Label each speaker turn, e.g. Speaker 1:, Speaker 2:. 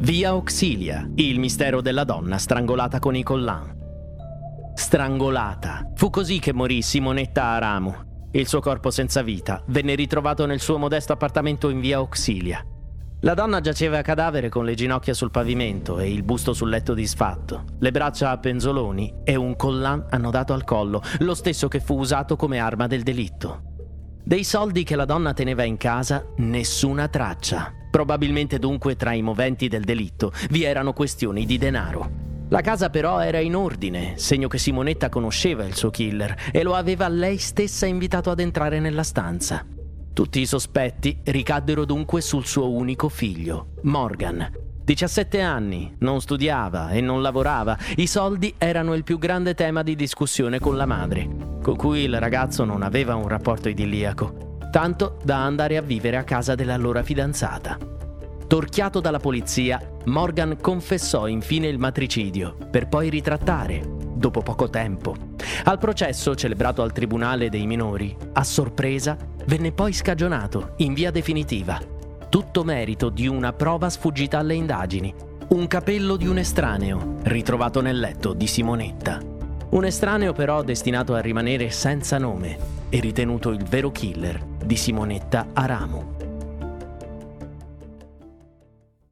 Speaker 1: Via Auxilia, il mistero della donna strangolata con i collant. Strangolata. Fu così che morì Simonetta Aramu. Il suo corpo senza vita venne ritrovato nel suo modesto appartamento in via Auxilia. La donna giaceva a cadavere con le ginocchia sul pavimento e il busto sul letto disfatto, le braccia a penzoloni e un collant annodato al collo, lo stesso che fu usato come arma del delitto. Dei soldi che la donna teneva in casa, nessuna traccia. Probabilmente dunque tra i moventi del delitto vi erano questioni di denaro. La casa però era in ordine, segno che Simonetta conosceva il suo killer e lo aveva lei stessa invitato ad entrare nella stanza. Tutti i sospetti ricaddero dunque sul suo unico figlio, Morgan. 17 anni, non studiava e non lavorava. I soldi erano il più grande tema di discussione con la madre, con cui il ragazzo non aveva un rapporto idilliaco, tanto da andare a vivere a casa dell'allora fidanzata. Torchiato dalla polizia, Morgan confessò infine il matricidio, per poi ritrattare, dopo poco tempo. Al processo, celebrato al Tribunale dei minori, a sorpresa, venne poi scagionato in via definitiva. Tutto merito di una prova sfuggita alle indagini. Un capello di un estraneo, ritrovato nel letto di Simonetta. Un estraneo però destinato a rimanere senza nome e ritenuto il vero killer di Simonetta Aramu.